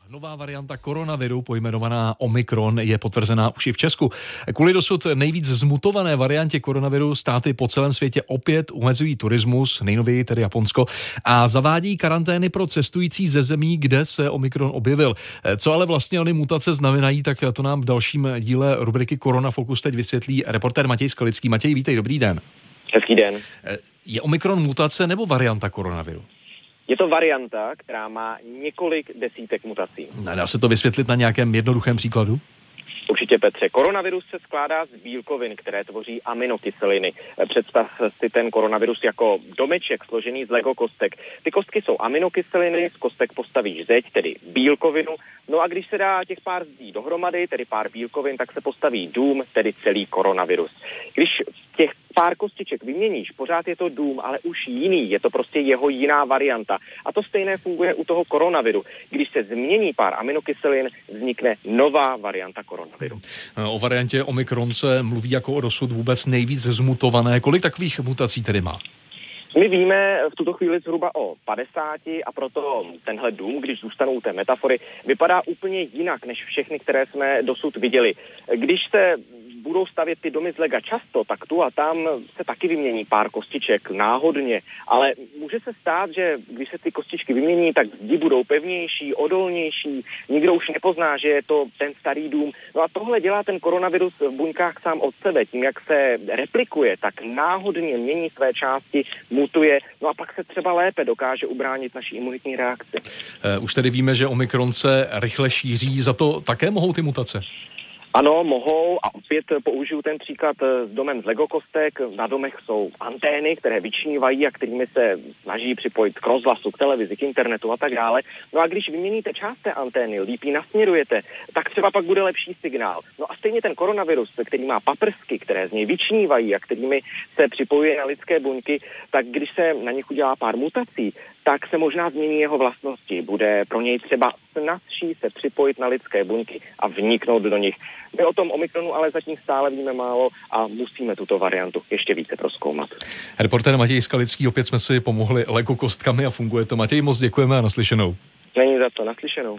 Nová varianta koronaviru, pojmenovaná Omikron, je potvrzená už i v Česku. Kvůli dosud nejvíc zmutované variantě koronaviru státy po celém světě opět omezují turismus, nejnověji tedy Japonsko, a zavádí karantény pro cestující ze zemí, kde se Omikron objevil. Co ale vlastně ony mutace znamenají, tak to nám v dalším díle rubriky Korona Focus teď vysvětlí reportér Matěj Skalický. Matěj, vítej, dobrý den. Hezký den. Je Omikron mutace nebo varianta koronaviru? Je to varianta, která má několik desítek mutací. Dá se to vysvětlit na nějakém jednoduchém příkladu? Určitě, Petře. Koronavirus se skládá z bílkovin, které tvoří aminokyseliny. Představ si ten koronavirus jako domeček složený z Lego kostek. Ty kostky jsou aminokyseliny, z kostek postavíš zeď, tedy bílkovinu. No a když se dá těch pár zdí dohromady, tedy pár bílkovin, tak se postaví dům, tedy celý koronavirus. Když těch pár kostiček vyměníš, pořád je to dům, ale už jiný, je to prostě jeho jiná varianta. A to stejné funguje u toho koronaviru. Když se změní pár aminokyselin, vznikne nová varianta koronaviru. O variantě Omikron se mluví jako o dosud vůbec nejvíc zmutované. Kolik takových mutací tedy má? My víme v tuto chvíli zhruba o 50 a proto tenhle dům, když zůstanou u té metafory, vypadá úplně jinak než všechny, které jsme dosud viděli. Když se budou stavět ty domy z lega často, tak tu a tam se taky vymění pár kostiček náhodně, ale může se stát, že když se ty kostičky vymění, tak zdi budou pevnější, odolnější, nikdo už nepozná, že je to ten starý dům. No a tohle dělá ten koronavirus v buňkách sám od sebe, tím jak se replikuje, tak náhodně mění své části, mutuje, no a pak se třeba lépe dokáže ubránit naší imunitní reakci. Už tedy víme, že Omikron se rychle šíří, za to také mohou ty mutace? Ano, mohou, a opět použiju ten příklad s domem z Lego kostek. Na domech jsou antény, které vyčnívají a kterými se snaží připojit k rozhlasu, k televizi, k internetu a tak dále. No a když vyměníte část té antény, líp ji nasměrujete, tak třeba pak bude lepší signál. No a stejně ten koronavirus, který má paprsky, které z něj vyčnívají a kterými se připojuje na lidské buňky, tak když se na nich udělá pár mutací, tak se možná změní jeho vlastnosti. Bude pro něj třeba snazší se připojit na lidské buňky a vniknout do nich. My o tom Omikronu ale zatím stále víme málo a musíme tuto variantu ještě více prozkoumat. Reportér Matěj Skalický, opět jsme si pomohli Lego kostkami a funguje to. Matěj, moc děkujeme a naslyšenou. Není za to, naslyšenou.